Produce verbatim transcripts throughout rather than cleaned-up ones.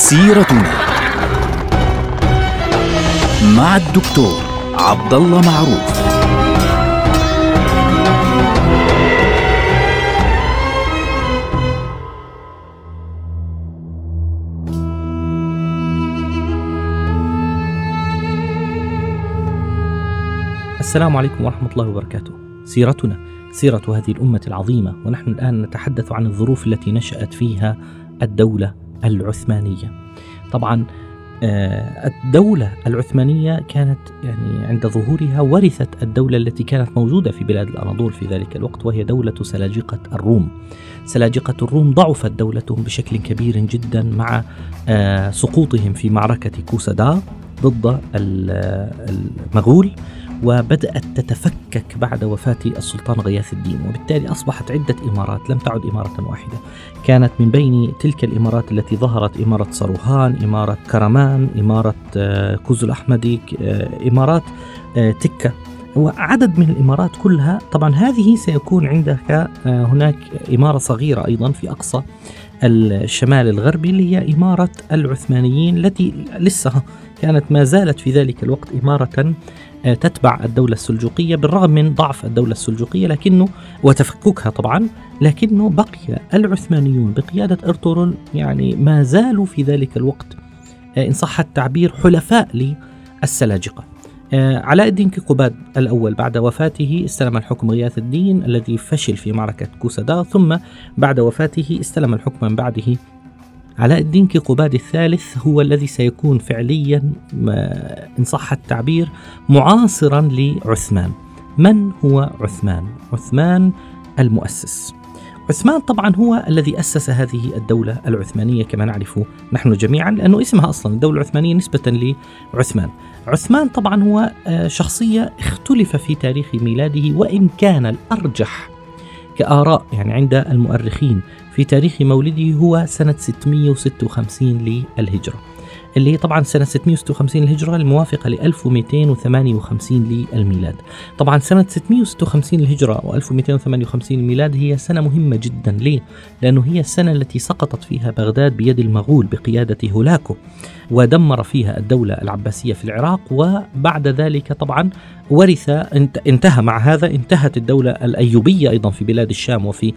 سيرتنا مع الدكتور عبد الله معروف. السلام عليكم ورحمة الله وبركاته. سيرتنا سيرة هذه الأمة العظيمة، ونحن الآن نتحدث عن الظروف التي نشأت فيها الدولة العثمانية. طبعا الدولة العثمانية كانت يعني عند ظهورها ورثت الدولة التي كانت موجودة في بلاد الأناضول في ذلك الوقت، وهي دولة سلاجقة الروم. سلاجقة الروم ضعفت دولتهم بشكل كبير جدا مع سقوطهم في معركة كوسادار ضد المغول، وبدأت تتفكك بعد وفاة السلطان غياث الدين، وبالتالي أصبحت عدة إمارات لم تعد إمارة واحدة. كانت من بين تلك الإمارات التي ظهرت إمارة صاروخان، إمارة كرمان، إمارة كوزو الأحمدي، إمارات تكة، وعدد من الإمارات كلها. طبعا هذه سيكون عندك هناك إمارة صغيرة أيضا في أقصى الشمال الغربي اللي هي إمارة العثمانيين، التي لسه كانت ما زالت في ذلك الوقت إمارة تتبع الدولة السلجوقية بالرغم من ضعف الدولة السلجوقية لكنه وتفككها طبعا، لكنه بقي العثمانيون بقيادة أرطغرل يعني ما زالوا في ذلك الوقت إن صح التعبير حلفاء للسلاجقة. علاء الدين كيقوباد الأول بعد وفاته استلم الحكم غياث الدين الذي فشل في معركة كوسادار، ثم بعد وفاته استلم الحكم من بعده علاء الدين كيقوباد الثالث، هو الذي سيكون فعليا إن صح التعبير معاصرا لعثمان. من هو عثمان؟ عثمان المؤسس. عثمان طبعا هو الذي أسس هذه الدولة العثمانية كما نعرف نحن جميعا، لأنه اسمها أصلا الدولة العثمانية نسبة لعثمان. عثمان طبعا هو شخصية اختلف في تاريخ ميلاده، وإن كان الأرجح كآراء يعني عند المؤرخين في تاريخ مولده هو سنة ستمئة وستة وخمسين للهجرة، اللي هي طبعا سنة ستمئة وستة وخمسين للهجرة الموافقة ل ألف ومئتين وثمانية وخمسين للميلاد. طبعا سنة ستمئة وستة وخمسين للهجرة و ألف ومئتين وثمانية وخمسين للميلاد هي سنة مهمة جدا. ليه؟ لأنه هي السنة التي سقطت فيها بغداد بيد المغول بقيادة هولاكو، ودمر فيها الدولة العباسية في العراق، وبعد ذلك طبعا ورث انتهى مع هذا انتهت الدولة الأيوبية أيضا في بلاد الشام وفي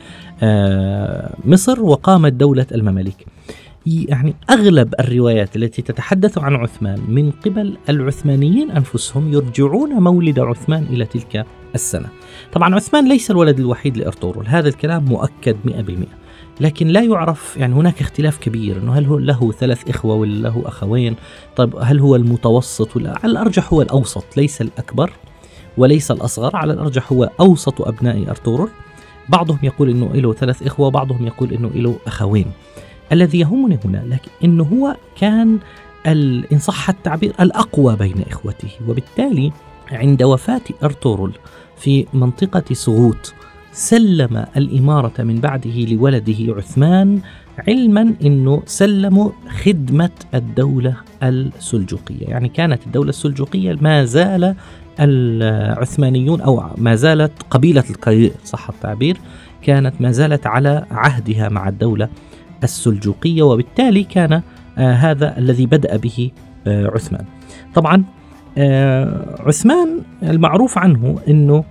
مصر، وقامت دولة المماليك. يعني أغلب الروايات التي تتحدث عن عثمان من قبل العثمانيين أنفسهم يرجعون مولد عثمان إلى تلك السنة. طبعا عثمان ليس الولد الوحيد لأرطغرل، هذا الكلام مؤكد مئة بالمئة، لكن لا يعرف يعني هناك اختلاف كبير أنه هل هو له ثلاث إخوة ولا له أخوين. طيب هل هو المتوسط ولا؟ على الأرجح هو الأوسط، ليس الأكبر وليس الأصغر، على الأرجح هو أوسط أبناء أرطغرل. بعضهم يقول أنه له ثلاث إخوة وبعضهم يقول أنه له أخوين. الذي يهمني هنا لكن أنه هو كان إن صح التعبير الأقوى بين إخوته، وبالتالي عند وفاة أرطغرل في منطقة سغوت سلم الإمارة من بعده لولده عثمان، علما أنه سلموا خدمة الدولة السلجوقية. يعني كانت الدولة السلجوقية ما زال العثمانيون أو ما زالت قبيلة القير صح التعبير كانت ما زالت على عهدها مع الدولة السلجوقية، وبالتالي كان آه هذا الذي بدأ به آه عثمان. طبعا آه عثمان المعروف عنه أنه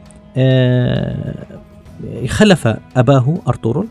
آه خلف أباه أرطغرل،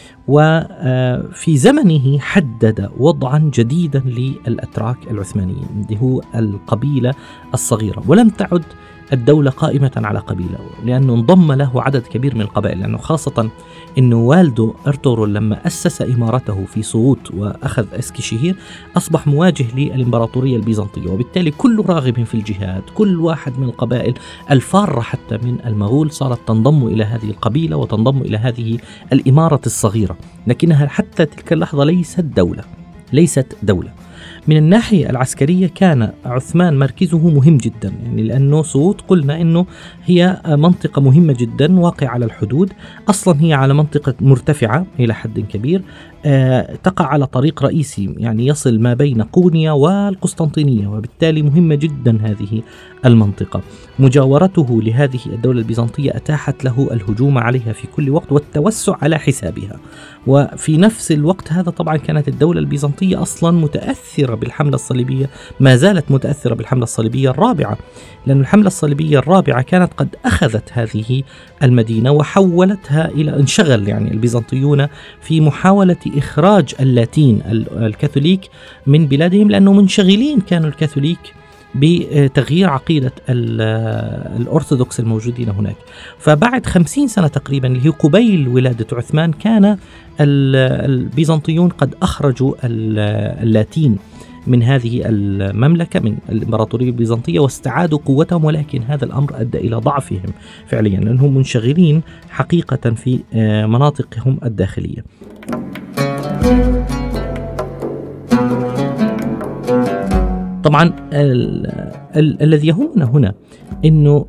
وفي زمنه حدد وضعا جديدا للأتراك العثمانيين اللي هو القبيلة الصغيرة، ولم تعد الدولة قائمة على قبيلة لأنه انضم له عدد كبير من القبائل، لأنه خاصة أنه والده أرطغرل لما أسس إمارته في سغوت وأخذ اسكشهير أصبح مواجه للإمبراطورية البيزنطية، وبالتالي كل راغب في الجهاد، كل واحد من القبائل الفارة حتى من المغول صارت تنضم إلى هذه القبيلة وتنضم إلى هذه الإمارة الصغيرة، لكنها حتى تلك اللحظة ليست دولة ليست دولة. من الناحية العسكرية كان عثمان مركزه مهم جدا، يعني لأنه سغوت قلنا أنه هي منطقة مهمة جدا واقعة على الحدود، أصلا هي على منطقة مرتفعة إلى حد كبير، آه تقع على طريق رئيسي يعني يصل ما بين قونيا والقسطنطينية، وبالتالي مهمة جدا هذه المنطقة. مجاورته لهذه الدولة البيزنطية أتاحت له الهجوم عليها في كل وقت والتوسع على حسابها، وفي نفس الوقت هذا طبعا كانت الدولة البيزنطية أصلا متأثرة بالحملة الصليبية، ما زالت متأثرة بالحملة الصليبية الرابعة، لأن الحملة الصليبية الرابعة كانت قد أخذت هذه المدينة وحولتها إلى، انشغل يعني البيزنطيون في محاولة إخراج اللاتين الكاثوليك من بلادهم، لأنه منشغلين كانوا الكاثوليك بتغيير عقيدة الأرثوذكس الموجودين هناك. فبعد خمسين سنة تقريبا اللي هي قبيل ولادة عثمان كان البيزنطيون قد أخرجوا اللاتين من هذه المملكة، من الإمبراطورية البيزنطية، واستعادوا قوتهم، ولكن هذا الأمر أدى إلى ضعفهم فعليا، لأنهم منشغلين حقيقة في مناطقهم الداخلية. طبعا ال ال الذي يهمنا هنا أنه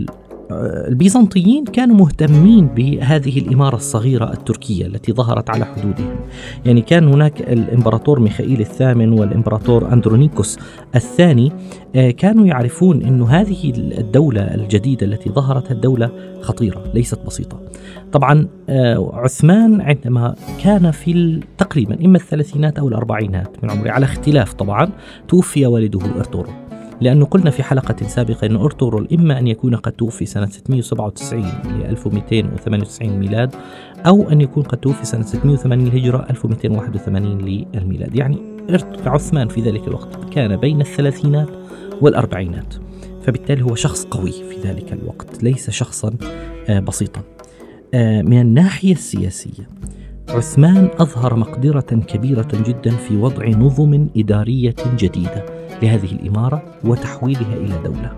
البيزنطيين كانوا مهتمين بهذه الإمارة الصغيرة التركية التي ظهرت على حدودهم. يعني كان هناك الإمبراطور ميخائيل الثامن والإمبراطور أندرونيكوس الثاني، كانوا يعرفون أن هذه الدولة الجديدة التي ظهرت الدولة خطيرة ليست بسيطة. طبعا عثمان عندما كان في تقريبا إما الثلاثينات أو الأربعينات من عمره، على اختلاف طبعا، توفي والده أرطغرل، لأنه قلنا في حلقة سابقة أن أرطغرل إما أن يكون قد توفي سنة ستمائة وسبعة وتسعين ل ألف ومئتين وثمانية وتسعين ميلاد، أو أن يكون قد توفي سنة ستمائة وثمانين الهجرة ألف ومئتين وواحد وثمانين للميلاد. يعني عثمان في ذلك الوقت كان بين الثلاثينات والأربعينات، فبالتالي هو شخص قوي في ذلك الوقت، ليس شخصا بسيطا. من الناحية السياسية عثمان أظهر مقدرة كبيرة جدا في وضع نظم إدارية جديدة لهذه الإمارة وتحويلها إلى دولة،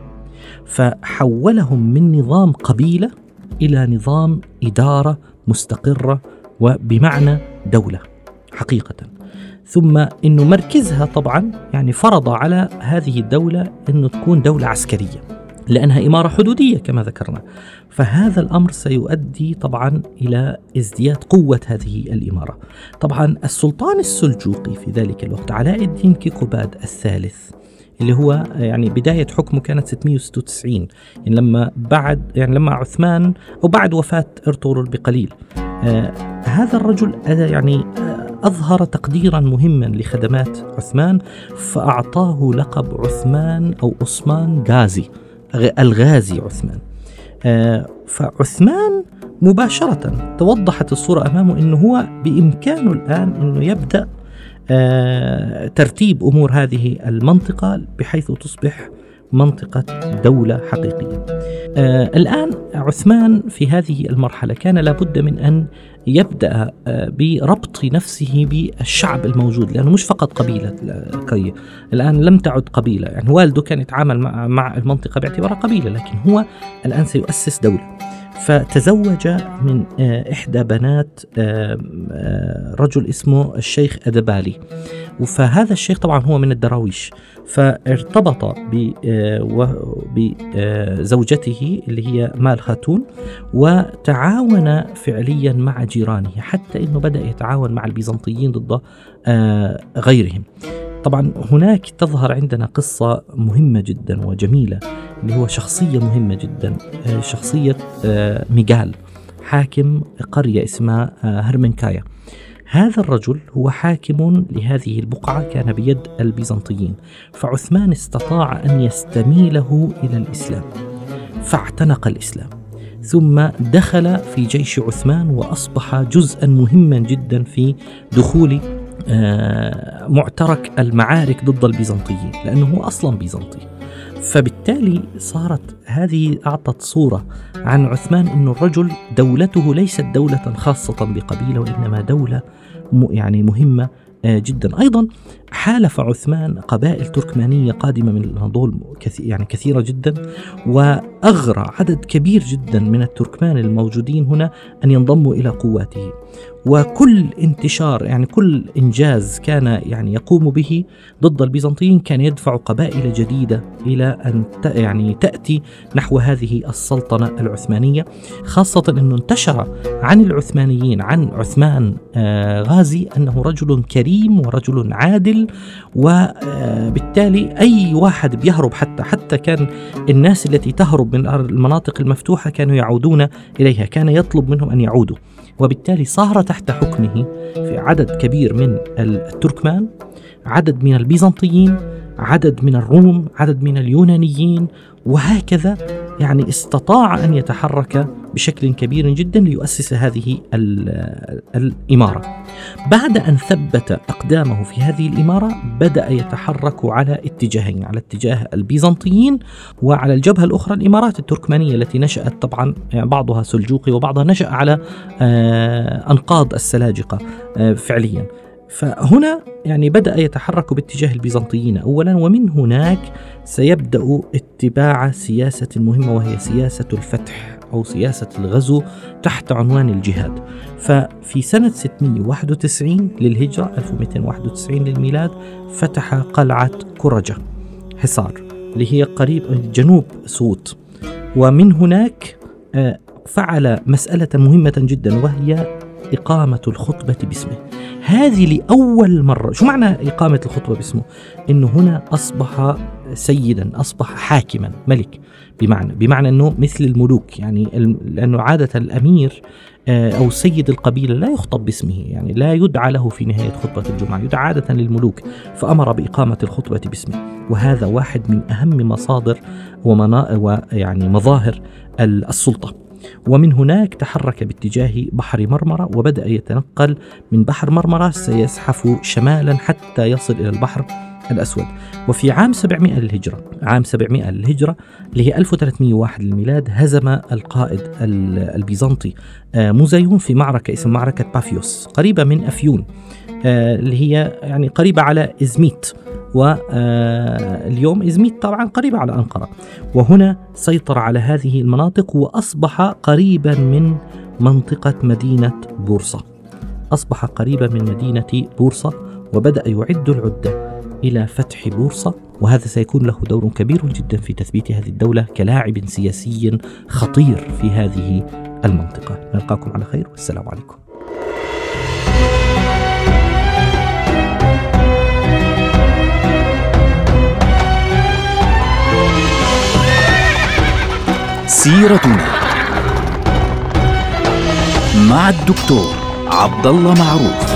فحولهم من نظام قبيلة إلى نظام إدارة مستقرة وبمعنى دولة حقيقة. ثم إنه مركزها طبعا يعني فرض على هذه الدولة إنه تكون دولة عسكرية، لأنها إمارة حدودية كما ذكرنا. فهذا الأمر سيؤدي طبعا إلى ازدياد قوة هذه الإمارة. طبعا السلطان السلجوقي في ذلك الوقت علاء الدين كيقوباد الثالث، اللي هو يعني بداية حكمه كانت ستمائة وستة وتسعين، يعني لما بعد يعني لما عثمان أو بعد وفاة أرطغرل بقليل. آه هذا الرجل يعني آه أظهر تقديرا مهما لخدمات عثمان، فأعطاه لقب عثمان أو عثمان غازي، الغازي عثمان. آه فعثمان مباشرة توضحت الصورة أمامه أنه هو بإمكانه الآن أنه يبدأ آه ترتيب أمور هذه المنطقة بحيث تصبح منطقة دولة حقيقية. آه الآن عثمان في هذه المرحلة كان لابد من أن يبدأ آه بربط نفسه بالشعب الموجود، لأنه مش فقط قبيلة كي. الآن لم تعد قبيلة، يعني والده كان يتعامل مع, مع المنطقة باعتبارها قبيلة، لكن هو الآن سيؤسس دولة. فتزوج من آه إحدى بنات آه آه رجل اسمه الشيخ أدبالي، فهذا الشيخ طبعا هو من الدراويش، فارتبط بزوجته اللي هي مال خاتون، وتعاون فعليا مع جيرانه، حتى انه بدأ يتعاون مع البيزنطيين ضد غيرهم. طبعا هناك تظهر عندنا قصة مهمة جدا وجميلة، اللي هو شخصية مهمة جدا، شخصية ميغال، حاكم قرية اسمها هرمنكايا. هذا الرجل هو حاكم لهذه البقعة، كان بيد البيزنطيين، فعثمان استطاع أن يستميله إلى الإسلام، فاعتنق الإسلام، ثم دخل في جيش عثمان وأصبح جزءا مهما جدا في دخول معترك المعارك ضد البيزنطيين، لأنه هو أصلا بيزنطي. فبالتالي صارت هذه أعطت صورة عن عثمان أن الرجل دولته ليست دولة خاصة بقبيلة، وإنما دولة يعني مهمة جدا. أيضا حالف عثمان قبائل تركمانية قادمة من الأناضول يعني كثيرة جدا، وأغرى عدد كبير جدا من التركمان الموجودين هنا أن ينضموا إلى قواته. وكل انتشار يعني كل إنجاز كان يعني يقوم به ضد البيزنطيين كان يدفع قبائل جديدة إلى أن يعني تأتي نحو هذه السلطنة العثمانية، خاصة أنه انتشر عن العثمانيين عن عثمان غازي أنه رجل كريم ورجل عادل، وبالتالي أي واحد بيهرب، حتى حتى كان الناس التي تهرب من المناطق المفتوحة كانوا يعودون إليها، كان يطلب منهم أن يعودوا، وبالتالي صارت تحت حكمه في عدد كبير من التركمان، عدد من البيزنطيين، عدد من الروم، عدد من اليونانيين، وهكذا. يعني استطاع أن يتحرك بشكل كبير جدا ليؤسس هذه الإمارة. بعد أن ثبت أقدامه في هذه الإمارة بدأ يتحرك على اتجاهين، على اتجاه البيزنطيين وعلى الجبهة الأخرى الإمارات التركمانية التي نشأت طبعا بعضها سلجوقي وبعضها نشأ على أنقاض السلاجقة فعليا. فهنا يعني بدأ يتحرك باتجاه البيزنطيين أولا، ومن هناك سيبدأ اتباع سياسة مهمة وهي سياسة الفتح أو سياسة الغزو تحت عنوان الجهاد. ففي سنة ستمائة وواحد وتسعين للهجرة ألف ومئتين وواحد وتسعين للميلاد فتح قلعة كرجة حصار اللي هي قريب جنوب سوط، ومن هناك فعل مسألة مهمة جدا وهي إقامة الخطبة باسمه. هذه لأول مرة. شو معنى إقامة الخطبة باسمه؟ إنه هنا أصبح سيدا، أصبح حاكما، ملك، بمعنى بمعنى أنه مثل الملوك، يعني لأنه عادة الأمير أو سيد القبيلة لا يخطب باسمه، يعني لا يدعى له في نهاية خطبة الجمعة، يدعى عادة للملوك، فأمر بإقامة الخطبة باسمه. وهذا واحد من أهم مصادر ومنا ويعني مظاهر السلطة. ومن هناك تحرك باتجاه بحر مرمرة وبدأ يتنقل من بحر مرمرة، سيزحف شمالا حتى يصل إلى البحر الأسود. وفي عام سبعمائة للهجرة، عام سبعمائة للهجرة اللي هي ألف وثلاثمائة وواحد للميلاد، هزم القائد البيزنطي موزيون في معركة اسمها معركة بافيوس قريبة من أفيون، اللي هي يعني قريبة على إزميت، واليوم إزميت طبعا قريبة على أنقرة. وهنا سيطر على هذه المناطق وأصبح قريبا من منطقة مدينة بورصة، أصبح قريبا من مدينة بورصة وبدأ يعد العدة إلى فتح بورصة. وهذا سيكون له دور كبير جدا في تثبيت هذه الدولة كلاعب سياسي خطير في هذه المنطقة. نلقاكم على خير والسلام عليكم. سيرتنا مع الدكتور عبد الله معروف.